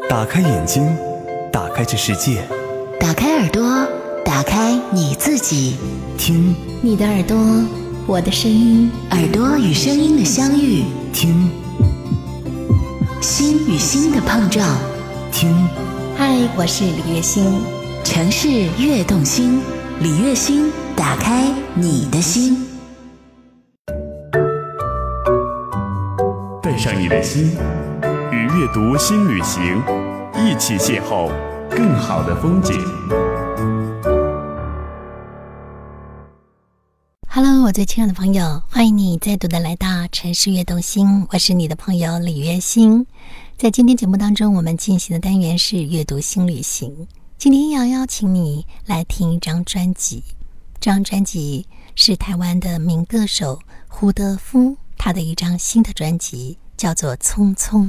打开眼睛，打开这世界， 打开耳朵，打开你自己。 听你的耳朵，我的声音，耳朵与声音的相遇， 听心与心的碰撞。 听， 嗨，我是李月星。城市悦动心，李月星，打开你的心。 带上你的心，与阅读新旅行一起邂逅更好的风景。 Hello， 我最亲爱的朋友，欢迎你再度的来到城市悦动心，我是你的朋友李月星。在今天节目当中，我们进行的单元是阅读新旅行。今天要邀请你来听一张专辑，这张专辑是台湾的民歌手胡德夫他的一张新的专辑，叫做《匆匆》。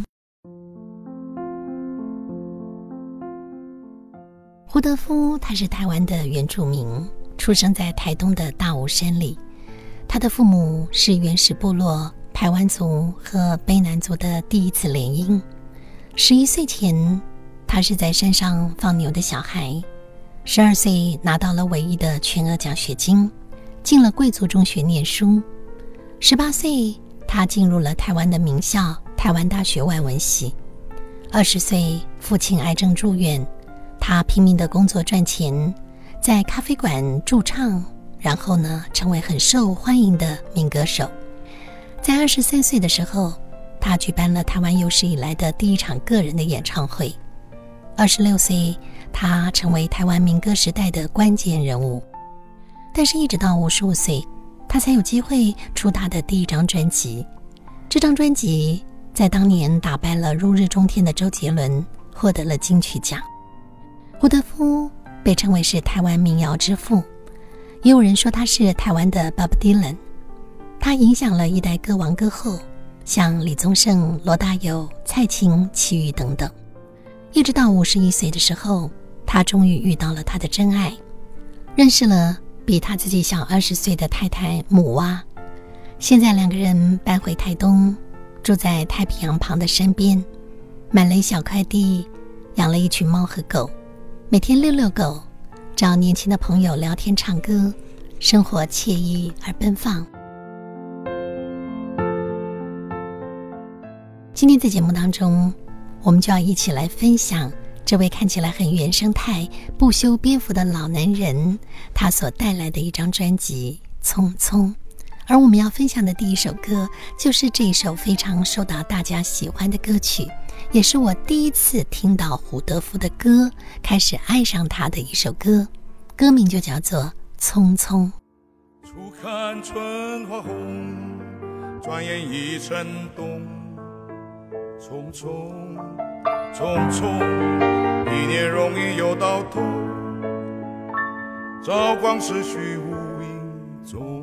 胡德夫他是台湾的原住民，出生在台东的大武山里。他的父母是原始部落排湾族和卑南族的第一次联姻。11岁前，他是在山上放牛的小孩。12岁拿到了唯一的全额奖学金，进了贵族中学念书。18岁，他进入了台湾的名校台湾大学外文系。20岁，父亲癌症住院，他拼命的工作赚钱，在咖啡馆驻唱，然后呢，成为很受欢迎的民歌手。在23岁的时候，他举办了台湾有史以来的第一场个人的演唱会。26岁，他成为台湾民歌时代的关键人物。但是一直到55岁，他才有机会出他的第一张专辑。这张专辑在当年打败了如日中天的周杰伦，获得了金曲奖。胡德夫被称为是台湾民谣之父，也有人说他是台湾的 Bob Dylan。 他影响了一代歌王歌后，像李宗盛、罗大佑、蔡琴、齐豫等等。一直到51岁的时候，他终于遇到了他的真爱，认识了比他自己小20岁的太太母蛙。现在两个人搬回台东，住在太平洋旁的山边，买了一小块地，养了一群猫和狗，每天遛遛狗，找年轻的朋友聊天唱歌，生活惬意而奔放。今天在节目当中，我们就要一起来分享这位看起来很原生态、不修边幅的老男人，他所带来的一张专辑《匆匆》。而我们要分享的第一首歌，就是这一首非常受到大家喜欢的歌曲，也是我第一次听到胡德夫的歌，开始爱上他的一首歌，歌名就叫做《匆匆》。 初看春花红，转眼已成冬。匆匆匆匆，一年容易又到头，朝光逝去无影踪。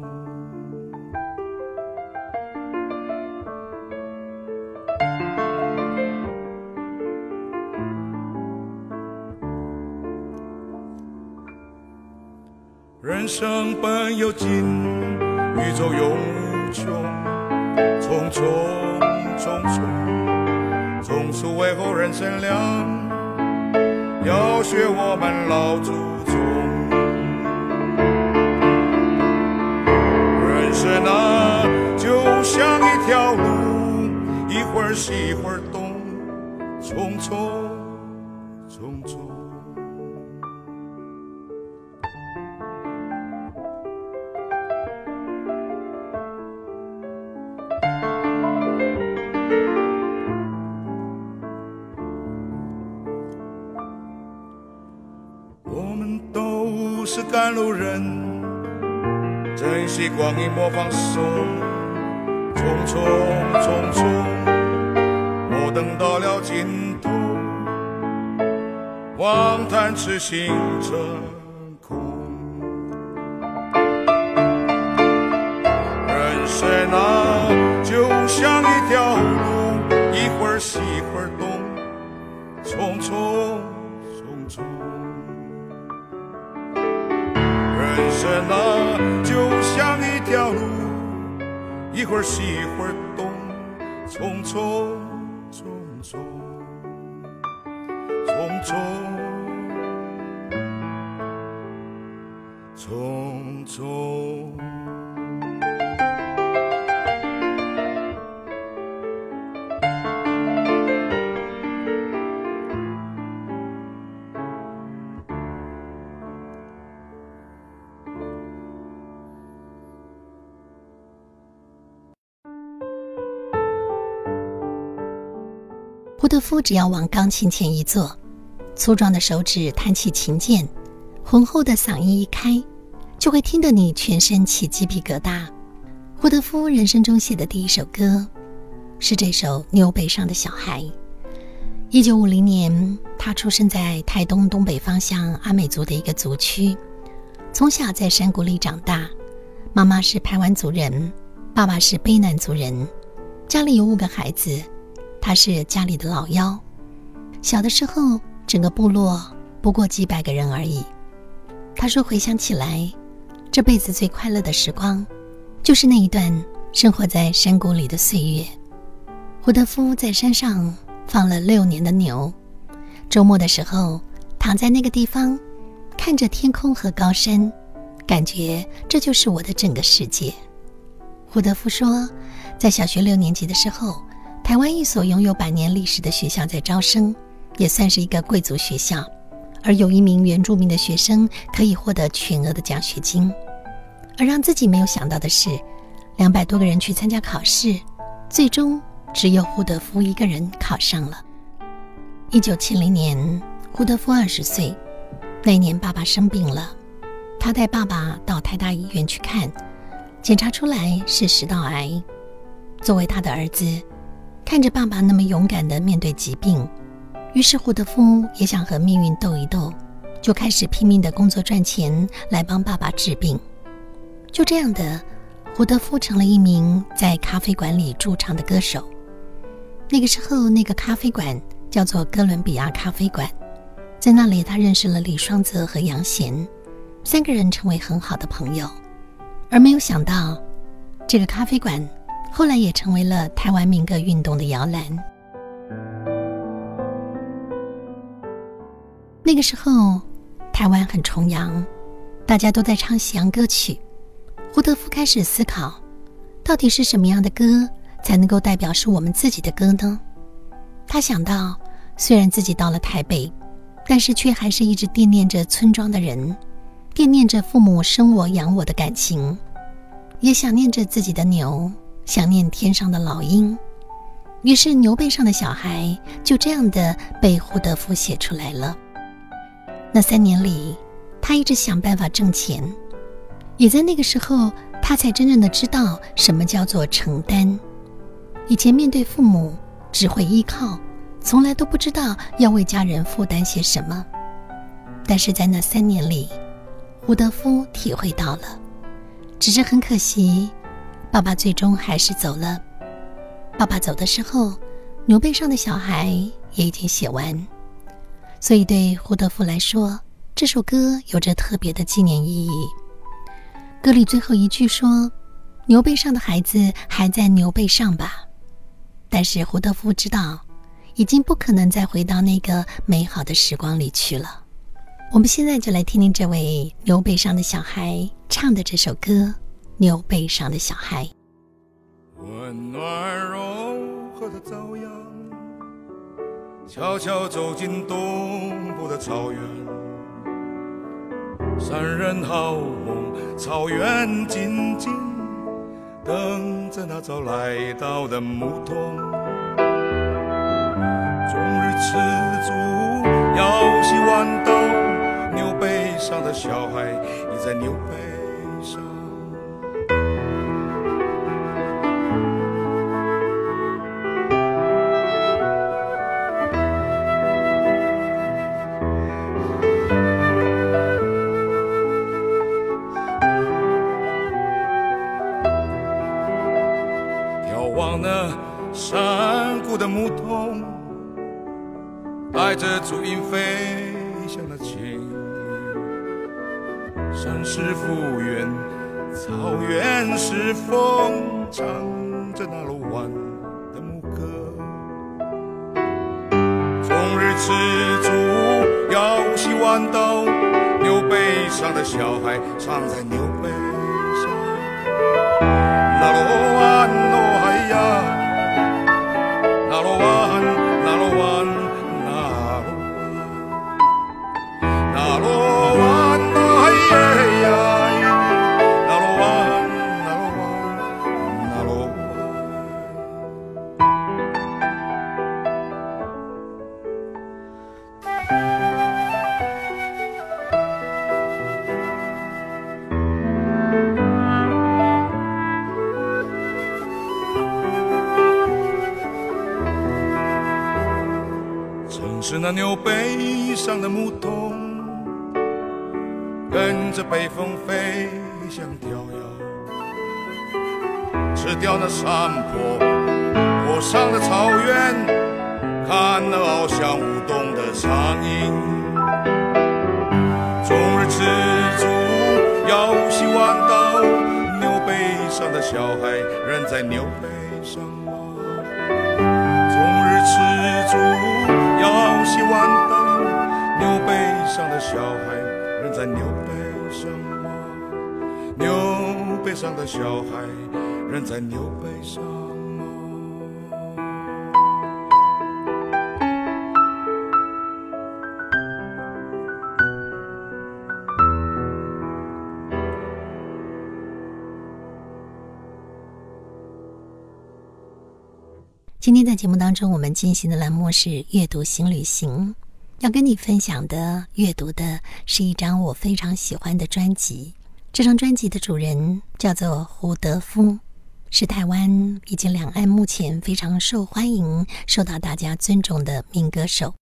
人生本有尽，宇宙永无穷，匆匆匆匆，匆促为后人乘凉，要学我们老祖宗。人生啊，就像一条路，一会儿西一会儿东，匆匆匆匆。是赶路人，珍惜光阴莫放松，匆匆匆匆，莫等到了尽头，望叹痴心成空。人生啊，就像一条路，一会儿西一会儿东，匆匆匆匆。人生啊，就像一条路，一会儿西一会儿东，匆匆匆匆。 匆匆匆匆。 胡德夫只要往钢琴前一坐，粗壮的手指弹起琴键，浑厚的嗓音一开，就会听得你全身起鸡皮疙瘩。胡德夫人生中写的第一首歌是这首《牛背上的小孩》。1950年，他出生在台东东北方向阿美族的一个族区，从小在山谷里长大。妈妈是排湾族人，爸爸是卑南族人，家里有5个孩子，他是家里的老幺。小的时候，整个部落不过几百个人而已。他说回想起来，这辈子最快乐的时光就是那一段生活在山谷里的岁月。胡德夫在山上放了6年的牛，周末的时候躺在那个地方，看着天空和高山，感觉这就是我的整个世界。胡德夫说，在小学6年级的时候，台湾一所拥有100年历史的学校在招生，也算是一个贵族学校，而有1名原住民的学生可以获得全额的奖学金。而让自己没有想到的是，200多个人去参加考试，最终只有胡德夫1个人考上了。1970年，胡德夫20岁，那年爸爸生病了，他带爸爸到台大医院去看，检查出来是食道癌。作为他的儿子，看着爸爸那么勇敢地面对疾病，于是胡德夫也想和命运斗一斗，就开始拼命的工作赚钱来帮爸爸治病。就这样的，胡德夫成了一名在咖啡馆里驻唱的歌手。那个时候，那个咖啡馆叫做哥伦比亚咖啡馆，在那里他认识了李双泽和杨贤，3个人成为很好的朋友。而没有想到，这个咖啡馆后来也成为了台湾民歌运动的摇篮。那个时候，台湾很崇洋，大家都在唱西洋歌曲。胡德夫开始思考，到底是什么样的歌才能够代表是我们自己的歌呢？他想到，虽然自己到了台北，但是却还是一直惦念着村庄的人，惦念着父母生我养我的感情，也想念着自己的牛，想念天上的老鹰。于是牛背上的小孩就这样的被胡德夫写出来了。那3年里，他一直想办法挣钱，也在那个时候，他才真正的知道什么叫做承担。以前面对父母只会依靠，从来都不知道要为家人负担些什么。但是在那3年里，胡德夫体会到了。只是很可惜，爸爸最终还是走了。爸爸走的时候，牛背上的小孩也已经写完。所以对胡德夫来说，这首歌有着特别的纪念意义。歌里最后一句说，牛背上的孩子还在牛背上吧。但是胡德夫知道，已经不可能再回到那个美好的时光里去了。我们现在就来听听这位牛背上的小孩唱的这首歌《牛背上的小孩》。 温暖柔和的朝阳，悄悄走进东部的草原，山人好梦，草原静静等着那早来到的牧童。终日吃足，腰系弯刀，牛背上的小孩倚在牛背上。望那山谷的牧童，带着足音飞向那青山是复原，草原是风，唱着那柔婉的牧歌。终日吃足，要洗碗刀，牛背上的小孩藏在牛背上。那罗湾罗海呀，那罗湾那罗湾那罗湾那海呀，那罗湾那罗湾那罗湾。是那牛背上的牧童，跟着北风飞翔跳跃，吃掉那山坡坡上的草原，看那翱翔舞动的苍鹰。终日吃足，要洗碗刀，牛背上的小孩人在牛背上吗？终日吃足，要洗碗刀，牛背上的小孩人在牛背上吗？牛背上的小孩人在牛背上吗？ 今天在节目当中，我们进行的栏目是阅读新旅行，要跟你分享的阅读的是一张我非常喜欢的专辑。这张专辑的主人叫做胡德夫，是台湾以及两岸目前非常受欢迎、受到大家尊重的民歌手。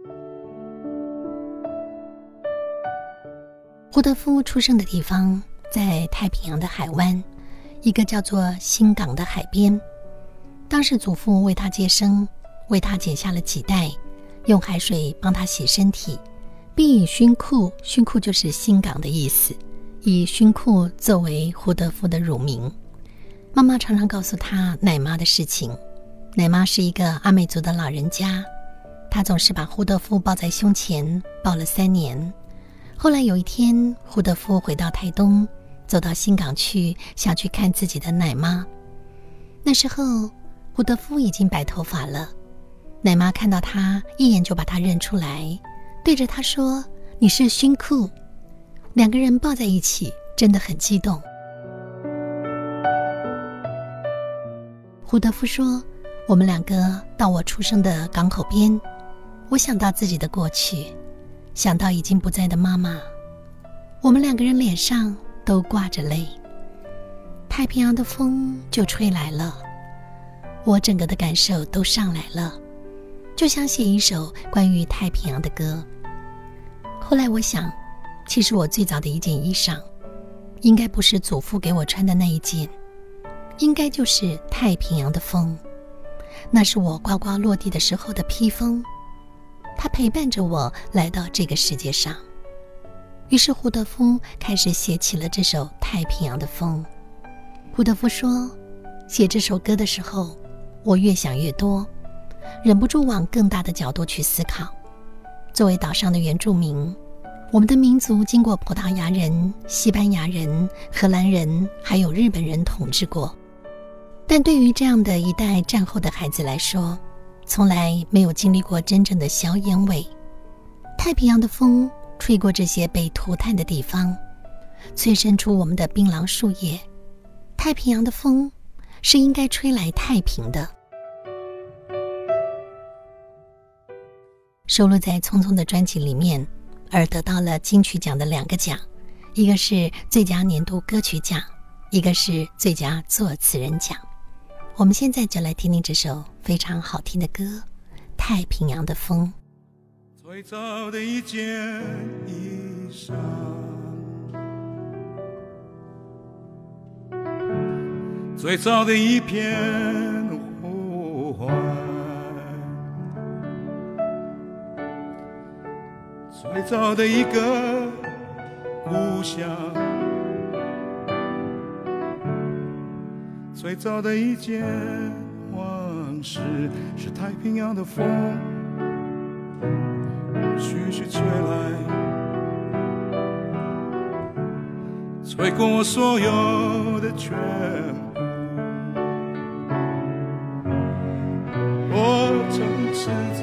胡德夫出生的地方在太平洋的海湾，一个叫做新港的海边。当时祖父为他接生，为他剪下了脐带，用海水帮他洗身体，并以熏裤，熏裤就是新港的意思，以熏裤作为胡德夫的乳名。妈妈常常告诉他奶妈的事情。奶妈是一个阿美族的老人家，她总是把胡德夫抱在胸前，抱了3年。后来有一天，胡德夫回到台东，走到新港去，想去看自己的奶妈。那时候胡德夫已经白头发了，奶妈看到他一眼就把他认出来，对着他说：“你是熏裤。”两个人抱在一起，真的很激动。胡德夫说：“我们两个到我出生的港口边，我想到自己的过去，想到已经不在的妈妈，我们两个人脸上都挂着泪。太平洋的风就吹来了。”我整个的感受都上来了，就想写一首关于太平洋的歌。后来我想，其实我最早的一件衣裳，应该不是祖父给我穿的那一件，应该就是太平洋的风。那是我呱呱落地的时候的披风，它陪伴着我来到这个世界上。于是胡德夫开始写起了这首《太平洋的风》。胡德夫说，写这首歌的时候，我越想越多，忍不住往更大的角度去思考。作为岛上的原住民，我们的民族经过葡萄牙人、西班牙人、荷兰人还有日本人统治过，但对于这样的一代战后的孩子来说，从来没有经历过真正的硝烟味。太平洋的风吹过这些被涂炭的地方，催生出我们的槟榔树叶。太平洋的风是应该吹来太平的。收录在《匆匆》的专辑里面，而得到了金曲奖的2个奖，一个是最佳年度歌曲奖，一个是最佳作词人奖。我们现在就来听听这首非常好听的歌《太平洋的风》。 最早的一件衣裳，最早的一片呼唤，最早的一个故乡，最早的一件往事，是太平洋的风追过我所有的全部。我曾赤子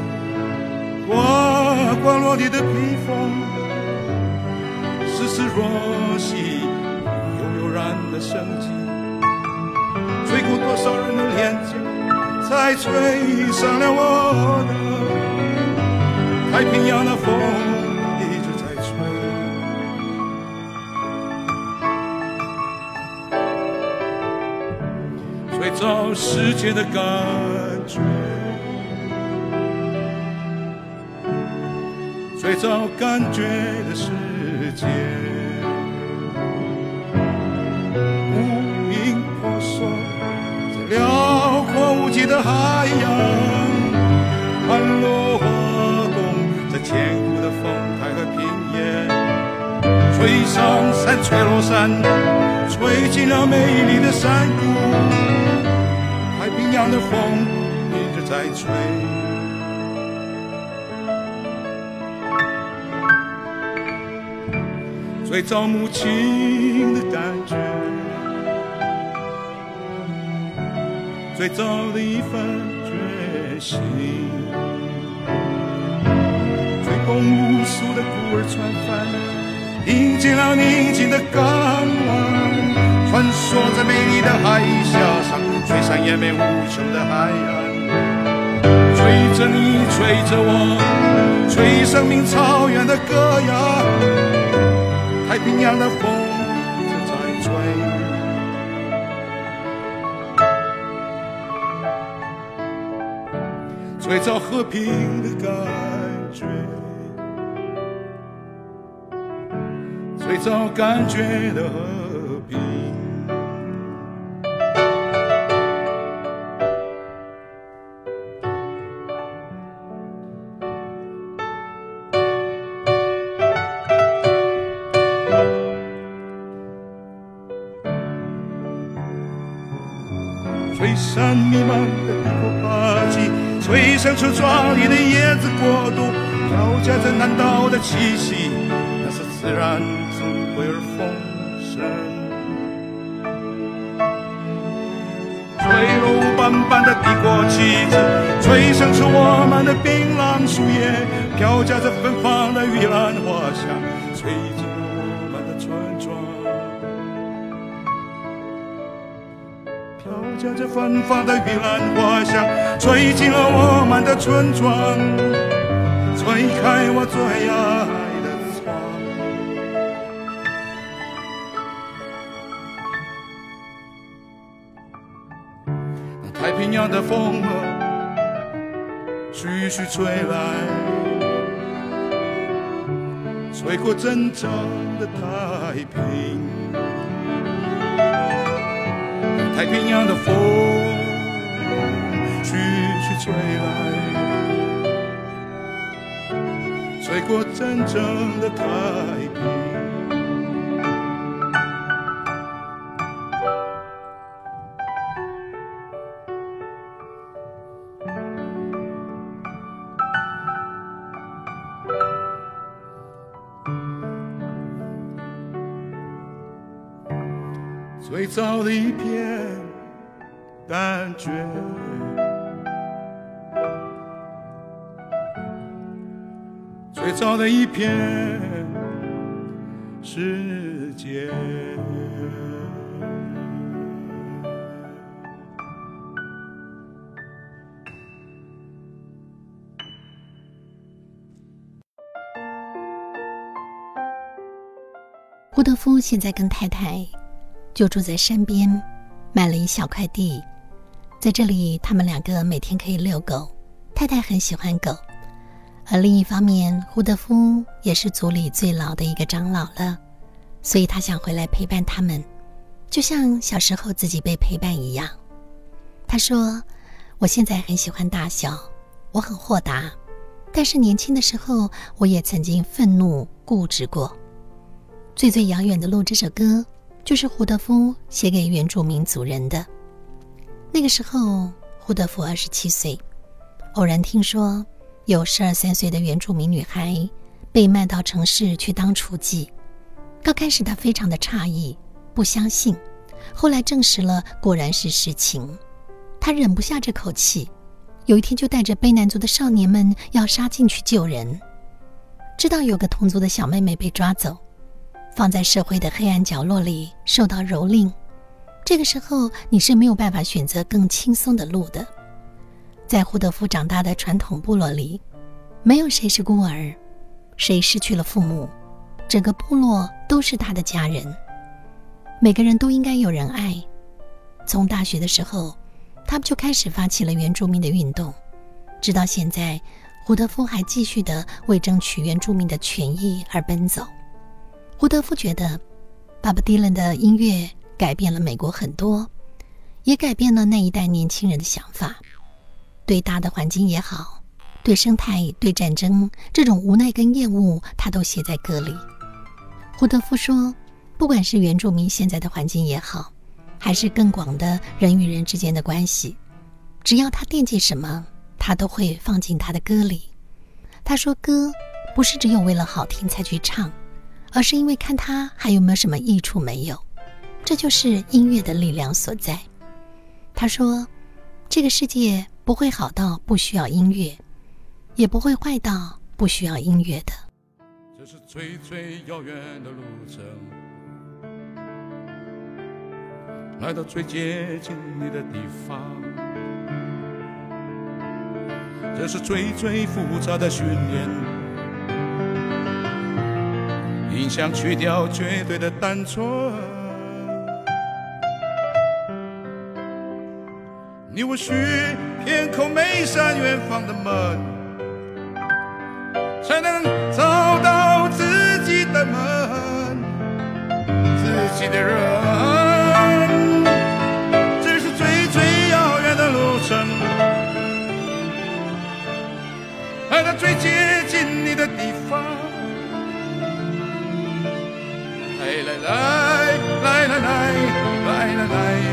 刮落你的披风，丝丝若细悠然的生机，吹过多少人的脸颊，才吹上了我的。太平洋的风一直在吹，吹着世界的感觉，吹着感觉的世界。无影婆娑在辽阔无际的海洋，盘落花动在千古的风台和平原，吹上山吹落山，吹进了美丽的山谷。太平洋的风一直在吹，吹着母亲的感觉，最早的一份决心，吹动无数的孤儿船帆，迎接了宁静的港湾，穿梭在美丽的海峡上，吹上延绵无穷的海岸。吹着你，吹着我，吹生命草原的歌谣。太平洋的风一直在吹，吹着和平的感觉，吹着感觉的和平。吹散弥漫的帝国霸气，吹响出壮丽的椰子国度，飘夹着南岛的气息，那是自然智慧而丰盛。吹落斑斑的帝国旗帜，吹响出我们的槟榔树叶，飘夹着芬芳的玉兰花香，吹进了我们的村庄。飘夹着芬芳的玉兰花香，吹进了我们的村庄，吹开我最爱的窗。那太平洋的风儿徐徐吹来，吹过真正的太平。太平洋的风徐徐吹来，吹过真正的太平。最早的一片感觉，最早的一片世界。 胡德夫现在跟太太就住在山边，买了一小块地，在这里他们两个每天可以遛狗，太太很喜欢狗。而另一方面，胡德夫也是族里最老的一个长老了，所以他想回来陪伴他们，就像小时候自己被陪伴一样。他说，我现在很喜欢大笑，我很豁达，但是年轻的时候我也曾经愤怒固执过。最遥远的路这首歌就是胡德夫写给原住民族人的。那个时候胡德夫27岁，偶然听说有12、13岁的原住民女孩被卖到城市去当雏妓。刚开始他非常的诧异， 不相信，后来证实了果然是实情。他忍不下这口气，有一天就带着卑南族的少年们要杀进去救人。知道有个同族的小妹妹被抓走，放在社会的黑暗角落里受到蹂躏，这个时候你是没有办法选择更轻松的路的。在胡德夫长大的传统部落里，没有谁是孤儿，谁失去了父母，整个部落都是他的家人，每个人都应该有人爱。从大学的时候，他们就开始发起了原住民的运动，直到现在，胡德夫还继续地为争取原住民的权益而奔走。胡德夫觉得巴巴迪伦的音乐改变了美国很多，也改变了那一代年轻人的想法，对大的环境也好，对生态、对战争，这种无奈跟厌恶他都写在歌里。胡德夫说，不管是原住民现在的环境也好，还是更广的人与人之间的关系，只要他惦记什么，他都会放进他的歌里。他说，歌不是只有为了好听才去唱，而是因为看他还有没有什么益处没有，这就是音乐的力量所在。他说，这个世界不会好到不需要音乐，也不会坏到不需要音乐的。 这是最最遥远的路程，来到最接近你的地方，这是最最复杂的训练，影响去掉绝对的单纯。你我需偏叩每扇远方的门，才能找到自己的门，自己的人。这是最最遥远的路程，来到最接近你的地方。来来来来来来来来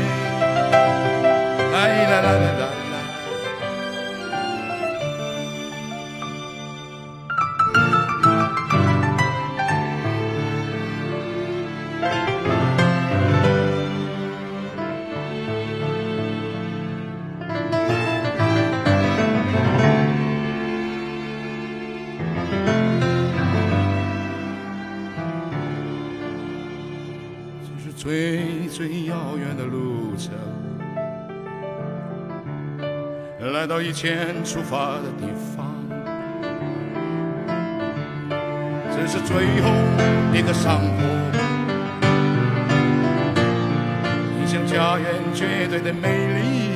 来来来来来。最最遥远的路程，来到以前出发的地方，这是最后一个伤口，影响家园绝对的美丽。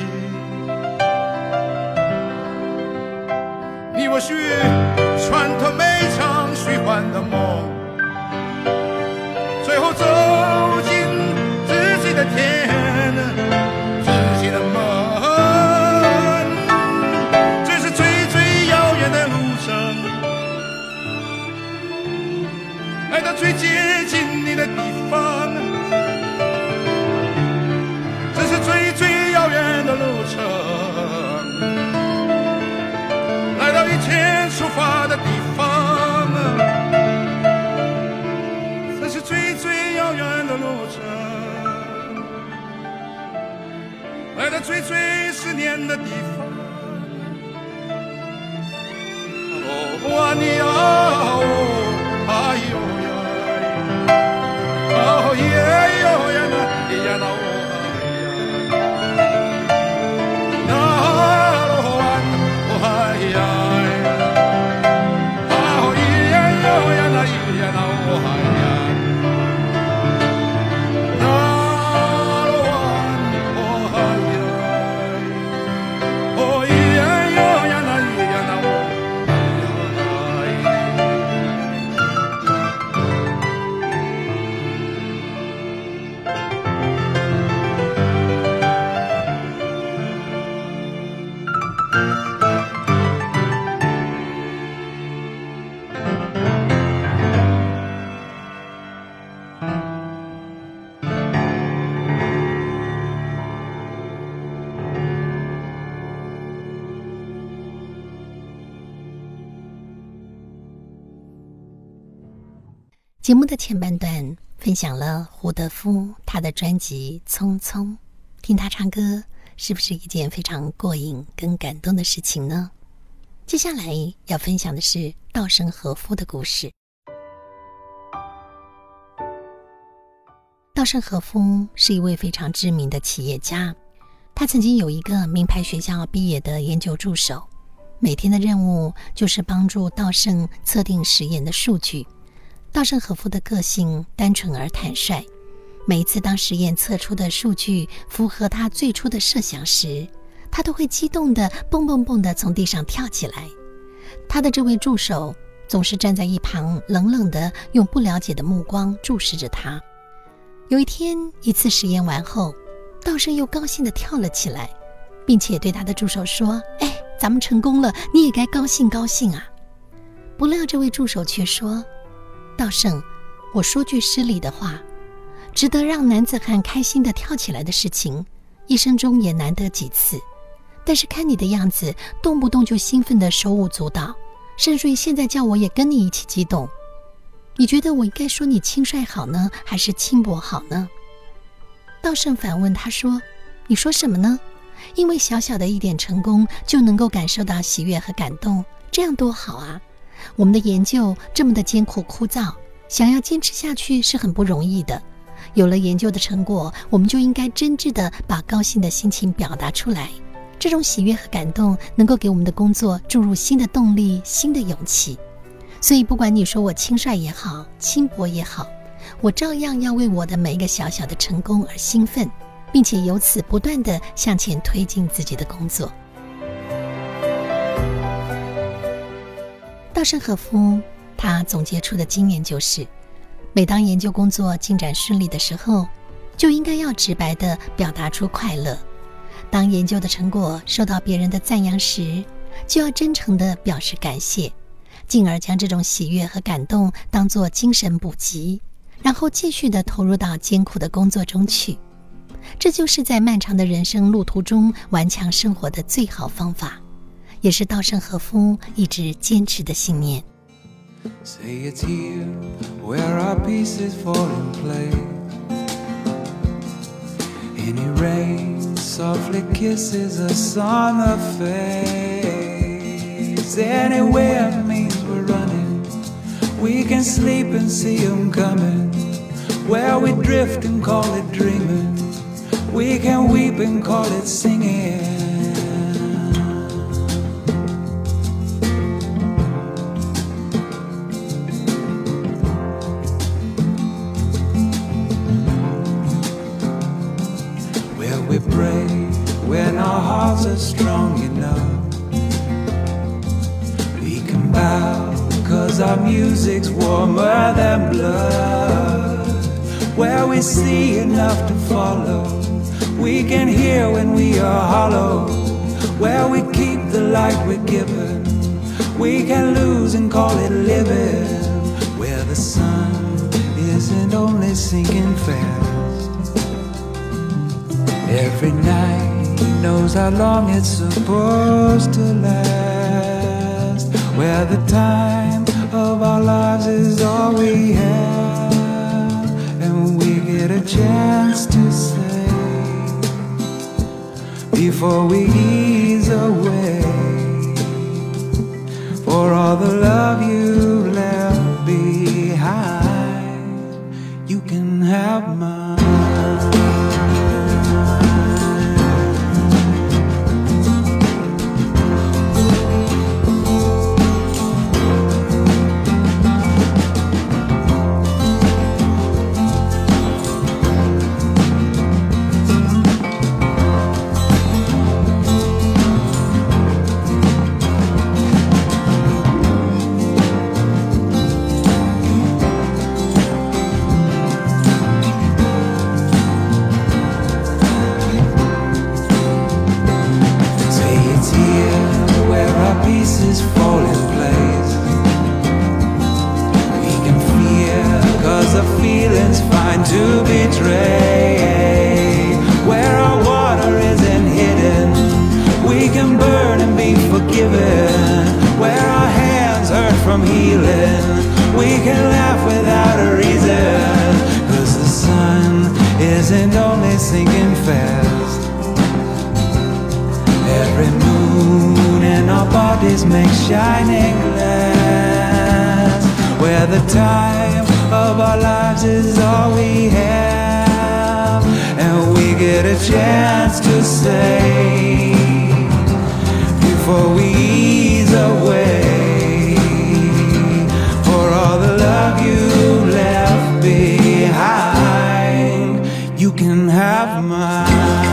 你我需穿透每场虚幻的梦，最后走进自己的天，自己的门。这是最最遥远的路程，来到最接近你的地方。这是最最遥远的路程，来到以前出发的地方。这是最最遥远的路程，来到最最思念的地方。哦，你啊，哎呦呀，哦耶哟呀那呀那哦呀，那罗安哦哎呀，哦耶哟呀那呀那哦哎呀。 节目的前半段分享了胡德夫他的专辑《匆匆》，听他唱歌是不是一件非常过瘾跟感动的事情呢？接下来要分享的是稻盛和夫的故事。稻盛和夫是一位非常知名的企业家，他曾经有一个名牌学校毕业的研究助手，每天的任务就是帮助稻盛测定实验的数据。稻盛和夫的个性单纯而坦率，每一次当实验测出的数据符合他最初的设想时，他都会激动地蹦蹦蹦地从地上跳起来。他的这位助手总是站在一旁冷冷地用不了解的目光注视着他。有一天，一次实验完后，稻盛又高兴地跳了起来，并且对他的助手说：咱们成功了，你也该高兴高兴啊。不料这位助手却说：稻盛，我说句失礼的话，值得让男子汉开心地跳起来的事情，一生中也难得几次。但是看你的样子，动不动就兴奋得手舞足蹈，甚至于现在叫我也跟你一起激动。你觉得我应该说你轻率好呢，还是轻薄好呢？稻盛反问他说：你说什么呢？因为小小的一点成功就能够感受到喜悦和感动，这样多好啊！我们的研究这么的艰苦枯燥，想要坚持下去是很不容易的。有了研究的成果，我们就应该真挚地把高兴的心情表达出来，这种喜悦和感动能够给我们的工作注入新的动力、新的勇气。所以不管你说我轻率也好，轻薄也好，我照样要为我的每一个小小的成功而兴奋，并且由此不断地向前推进自己的工作。稻盛和夫他总结出的经验就是，每当研究工作进展顺利的时候，就应该要直白地表达出快乐；当研究的成果受到别人的赞扬时，就要真诚地表示感谢，进而将这种喜悦和感动当作精神补给，然后继续地投入到艰苦的工作中去。这就是在漫长的人生路途中顽强生活的最好方法，也是稻盛和夫一直坚持的信念。 Say it's here where our pieces fall in place. Any rain softly kisses us on the face. Anywhere means we're running. We can sleep and see them coming. Where we drift and call it dreaming. We can weep and call it singing. Where we pray when our hearts are strong enough. We can bow 'cause our music's warmer than blood. Where we see enough to follow. We can hear when we are hollow. Where we keep the light we're given. We can lose and call it living. Where the sun isn't only sinking fast. Every night knows how long it's supposed to last. Where the time of our lives is all we have. And we get a chance to say before we ease away, for all the love you left behind, you can have mine. Pieces fall in place. We can fear 'cause the feelings find to betray. Where our water isn't hidden, we can burn and be forgiven. Where our hands hurt from healing, we can laugh without a reason. 'Cause isn't only sinking fast. Every moon in our bodies makes shining glass, where the time of our lives is all we have, and we get a chance to say before we ease away, for all the love you left behind, you can have mine.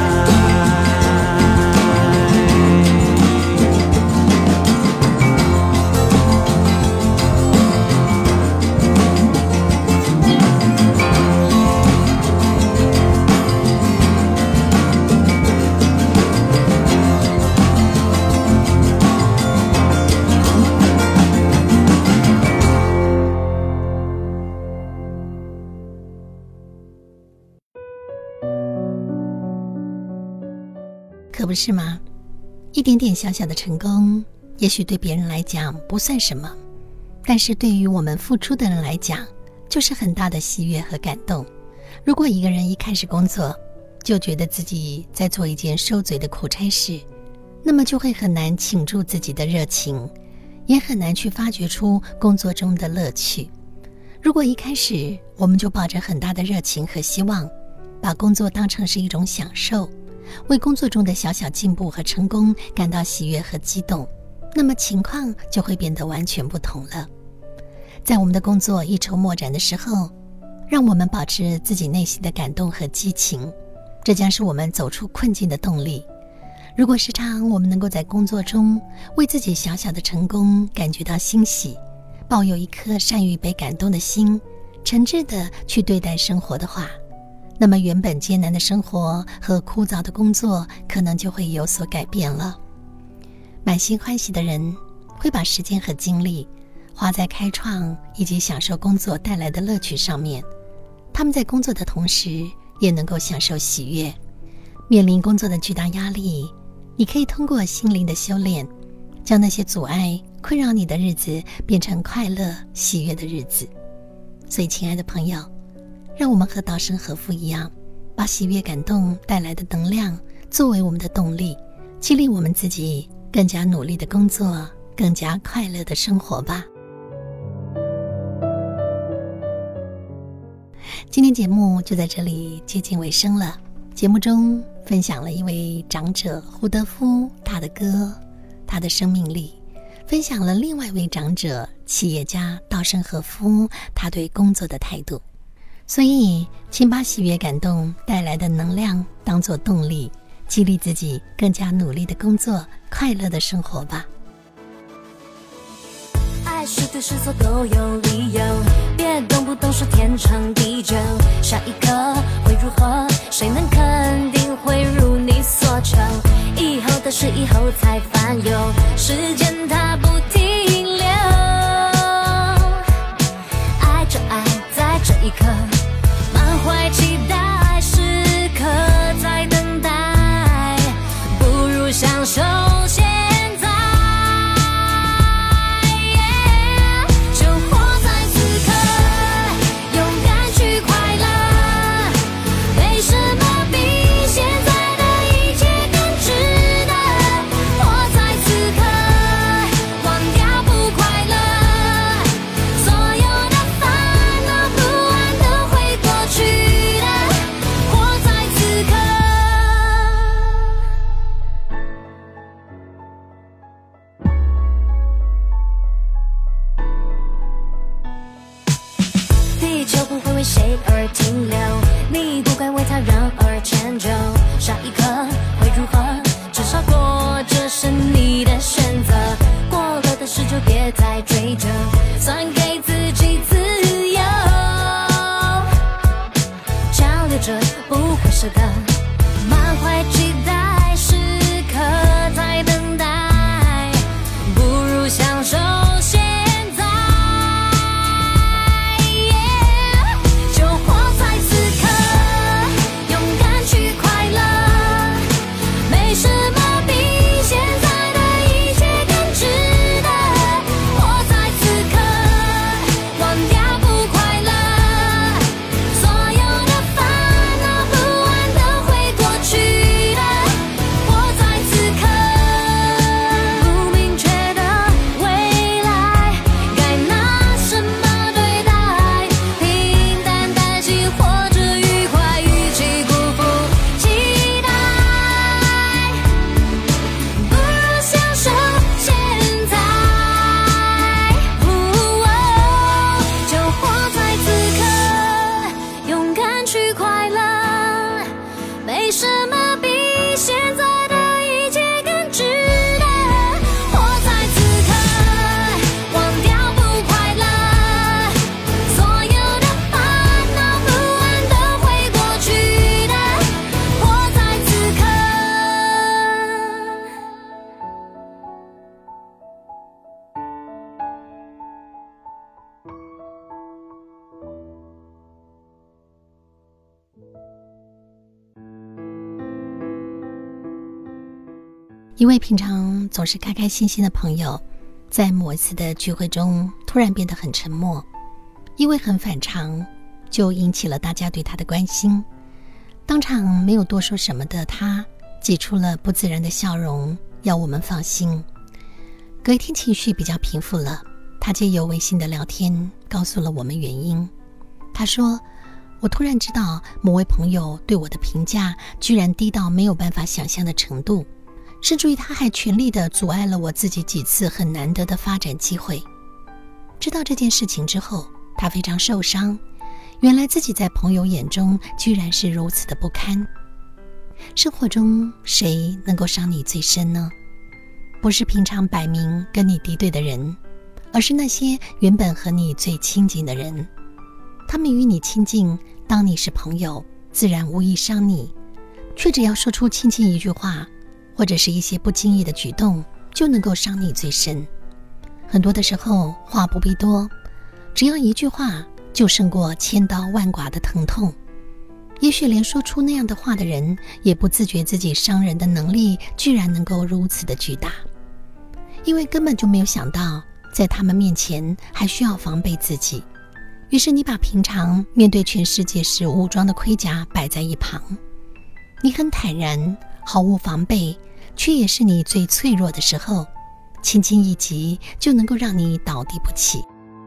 可不是吗？一点点小小的成功，也许对别人来讲不算什么，但是对于我们付出的人来讲，就是很大的喜悦和感动。如果一个人一开始工作，就觉得自己在做一件受罪的苦差事，那么就会很难倾注自己的热情，也很难去发掘出工作中的乐趣。如果一开始我们就抱着很大的热情和希望，把工作当成是一种享受，为工作中的小小进步和成功感到喜悦和激动，那么情况就会变得完全不同了。在我们的工作一筹莫展的时候，让我们保持自己内心的感动和激情，这将是我们走出困境的动力。如果时常我们能够在工作中为自己小小的成功感觉到欣喜，抱有一颗善于被感动的心，诚挚地去对待生活的话，那么原本艰难的生活和枯燥的工作可能就会有所改变了。满心欢喜的人会把时间和精力花在开创以及享受工作带来的乐趣上面，他们在工作的同时也能够享受喜悦。面临工作的巨大压力，你可以通过心灵的修炼，将那些阻碍困扰你的日子变成快乐喜悦的日子。所以亲爱的朋友，让我们和稻盛和夫一样，把喜悦感动带来的能量作为我们的动力，激励我们自己更加努力的工作，更加快乐的生活吧。今天节目就在这里接近尾声了。节目中分享了一位长者胡德夫他的歌，他的生命力，分享了另外一位长者企业家稻盛和夫他对工作的态度。所以请把喜悦感动带来的能量当作动力，激励自己更加努力的工作，快乐的生活吧。 爱是对是错都有理由，别动不动说天长地久，下一刻会如何，谁能肯定会如你所求，以后的事以后才烦忧，时间它不停留，爱着爱在这一刻，满怀期待时刻在等待，不如享受现在，就活在此刻，勇敢去快乐，没什么比现在的一切更值得，活在此刻，忘掉不快乐，所有的烦恼不安都会过去的，活在此刻。地球不会为谁而停留，你不该为他人而迁就，下一刻会如何，至少过这是你的选择，过了的事就别再追究，算给自己自由，强留着不会舍得，满怀期待时刻在等待，不如享受现在，就活在此刻，勇敢去快乐，没什么比现在的一切更值得，活在此刻，忘掉不快乐，所有的烦恼不一位平常总是开开心心的朋友，在某一次的聚会中突然变得很沉默，因为很反常，就引起了大家对他的关心。当场没有多说什么的他，挤出了不自然的笑容，要我们放心。隔一天情绪比较平复了，他借由微信的聊天告诉了我们原因。他说，我突然知道某位朋友对我的评价居然低到没有办法想象的程度，甚至于他还全力地阻碍了我自己几次很难得的发展机会。知道这件事情之后，他非常受伤，原来自己在朋友眼中居然是如此的不堪。生活中谁能够伤你最深呢？不是平常摆明跟你敌对的人，而是那些原本和你最亲近的人。他们与你亲近，当你是朋友，自然无意伤你，却只要说出轻轻一句话，或者是一些不经意的举动，就能够伤你最深。很多的时候，话不必多，只要一句话就胜过千刀万剐的疼痛。也许连说出那样的话的人，也不自觉自己伤人的能力居然能够如此的巨大，因为根本就没有想到，在他们面前还需要防备自己。于是你把平常面对全世界时武装的盔甲摆在一旁，你很坦然，毫无防备，却也是你最脆弱的时候，轻轻一击就能够让你倒地不起。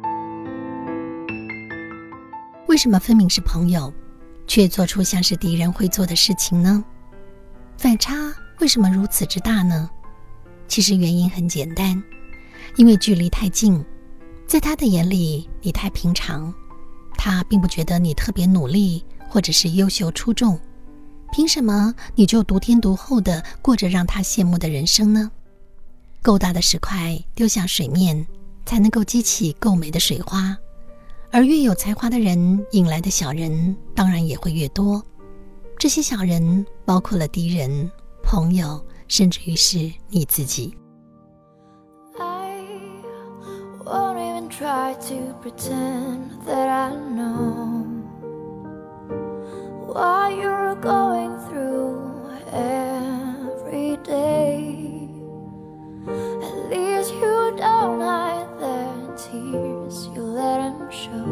为什么分明是朋友，却做出像是敌人会做的事情呢？反差为什么如此之大呢？其实原因很简单，因为距离太近，在他的眼里你太平常，他并不觉得你特别努力或者是优秀出众，凭什么你就独天独厚地过着让他羡慕的人生呢？够大的石块丢向水面，才能够激起够美的水花，而越有才华的人引来的小人当然也会越多。这些小人包括了敌人、朋友，甚至于是你自己。 Won't even try to pretend that I know what you're going through every day. At least you don't hide the tears, you let them show.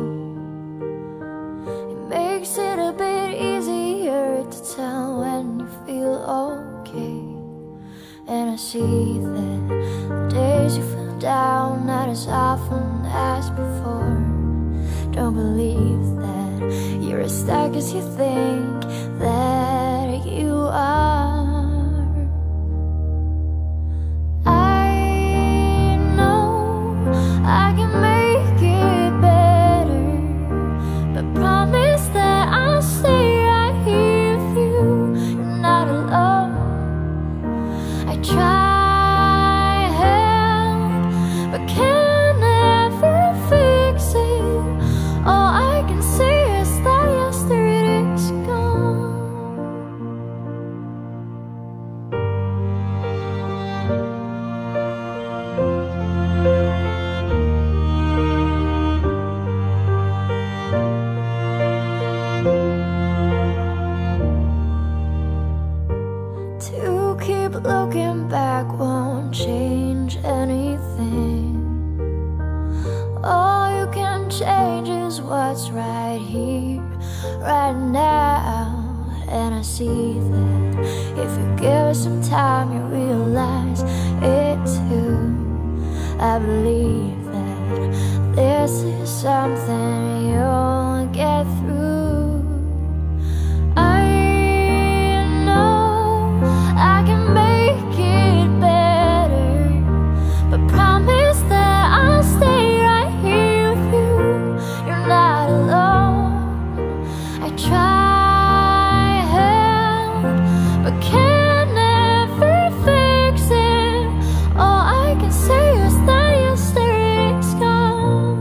It makes it a bit easier to tell when you feel okay. And I see that the days you feel down not as often as before. Don't believe that you're as stuck as you think that you are. I know I can make it better, but promise that I'll stay right here with you. You're not alone. I try help, but can never fix it. All I can say is that yesterday's gone. To keep looking back won't change anything. All you can change is what's right here, right now. And I see that if you give it some time, you realize it too. I believe that this is something you'll get through. I know I can make it better, but promise that I'll stay right here with you. You're not alone. I try help, but can never fix it. All I can say is that yesterday's gone.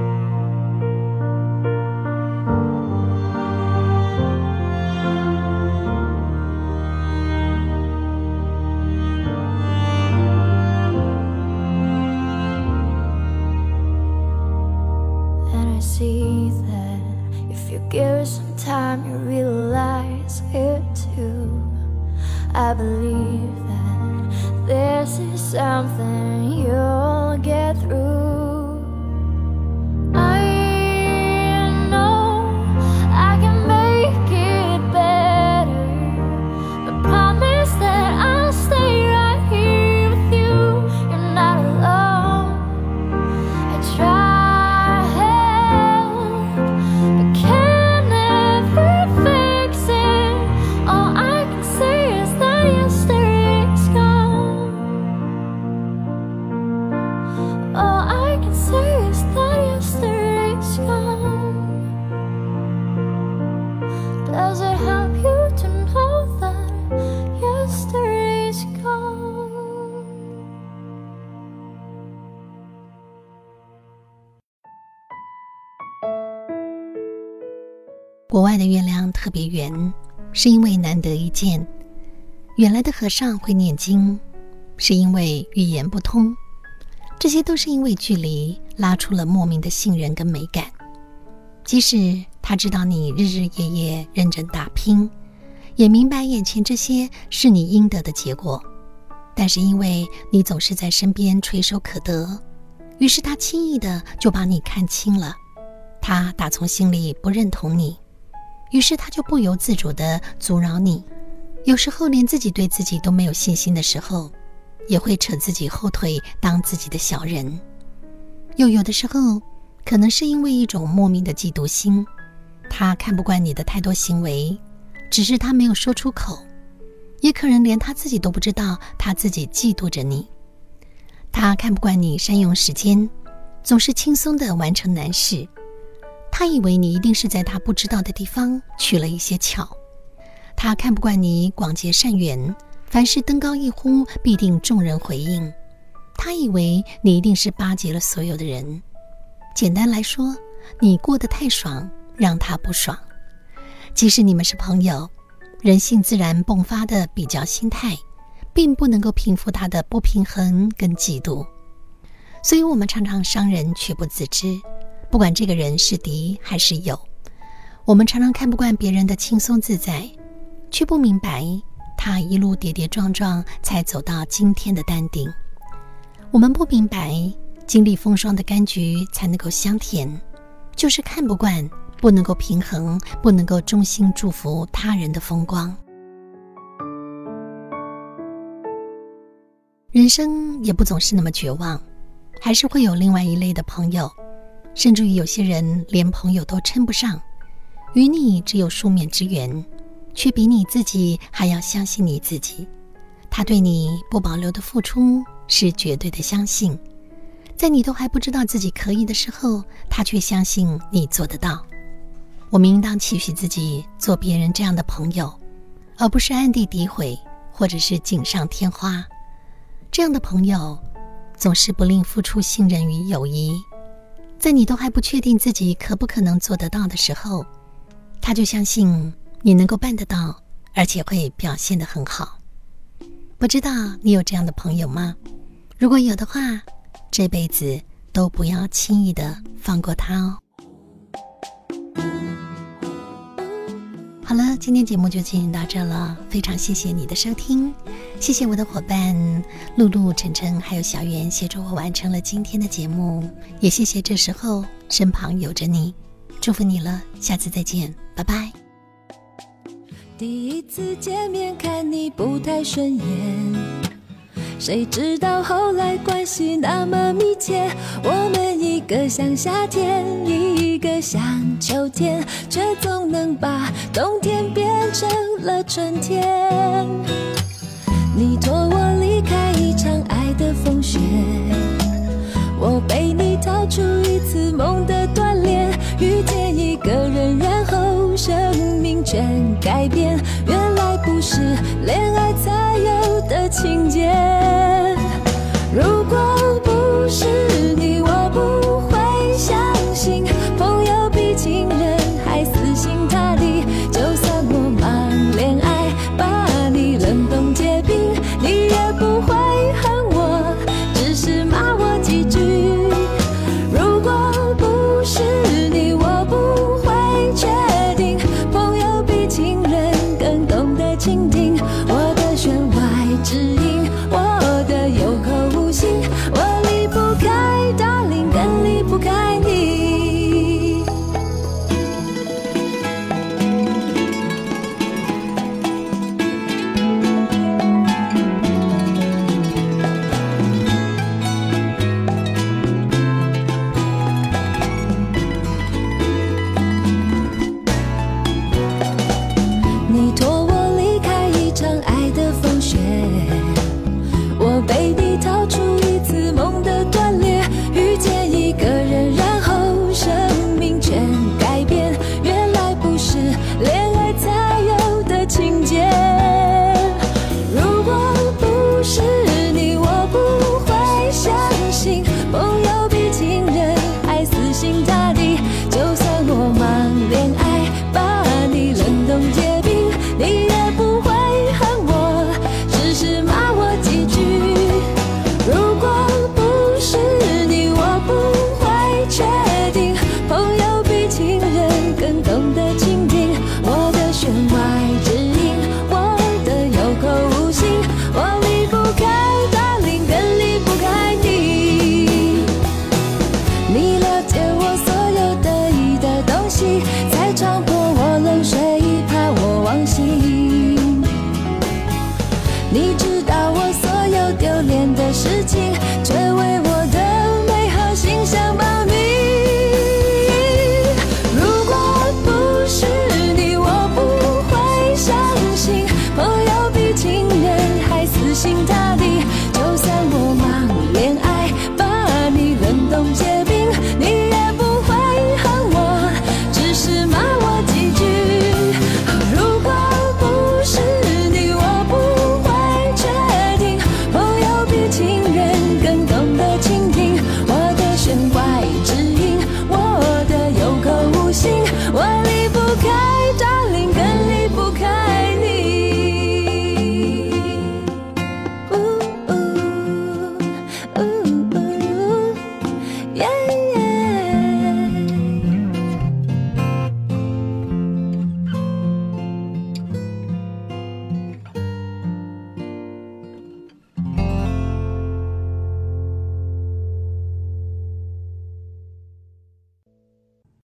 And I see that if you give it some time, you realize it too. I believe that This is something you'll get through. I know I can make it better, but promise that I'll stay right here with you. You're not alone. I tried, but can never fix it. All I can say is that yesterday's gone. All I can say is that yesterday's gone. Does it help you to know that yesterday's gone? 国外的月亮特别圆，是因为难得一见；远来的和尚会念经，是因为语言不通。这些都是因为距离拉出了莫名的信任跟美感。即使他知道你日日夜夜认真打拼，也明白眼前这些是你应得的结果，但是因为你总是在身边垂手可得，于是他轻易的就把你看清了。他打从心里不认同你，于是他就不由自主地阻挠你。有时候连自己对自己都没有信心的时候，也会扯自己后腿当自己的小人。又有的时候可能是因为一种莫名的嫉妒心，他看不惯你的太多行为，只是他没有说出口，也可能连他自己都不知道他自己嫉妒着你。他看不惯你善用时间，总是轻松地完成难事，他以为你一定是在他不知道的地方取了一些巧。他看不惯你广结善缘，凡事登高一呼必定众人回应，他以为你一定是巴结了所有的人。简单来说，你过得太爽，让他不爽。即使你们是朋友，人性自然迸发的比较心态，并不能够平复他的不平衡跟嫉妒。所以我们常常伤人却不自知，不管这个人是敌还是友。我们常常看不惯别人的轻松自在，却不明白他一路跌跌撞撞才走到今天的淡定。我们不明白经历风霜的柑橘才能够香甜，就是看不惯不能够平衡，不能够衷心祝福他人的风光。人生也不总是那么绝望，还是会有另外一类的朋友，甚至于有些人连朋友都称不上，与你只有数面之缘，却比你自己还要相信你自己。他对你不保留的付出是绝对的相信，在你都还不知道自己可以的时候，他却相信你做得到。我们应当期许自己做别人这样的朋友，而不是暗地诋毁或者是锦上添花。这样的朋友总是不吝付出信任与友谊，在你都还不确定自己可不可能做得到的时候，他就相信你能够办得到，而且会表现得很好。不知道你有这样的朋友吗？如果有的话，这辈子都不要轻易的放过他哦。好了，今天节目就进行到这了，非常谢谢你的收听，谢谢我的伙伴露露、晨晨还有小圆协助我完成了今天的节目，也谢谢这时候身旁有着你，祝福你了，下次再见，拜拜。 第一次见面看你不太顺眼，谁知道后来关系那么密切，我们一个像夏天，一个像秋天，却总能把冬天变成了春天。你托我离开一场爱的风雪，我被你逃出一次梦的锻炼，遇见一个人，然后生命全改变，原来不是恋爱才有的情节。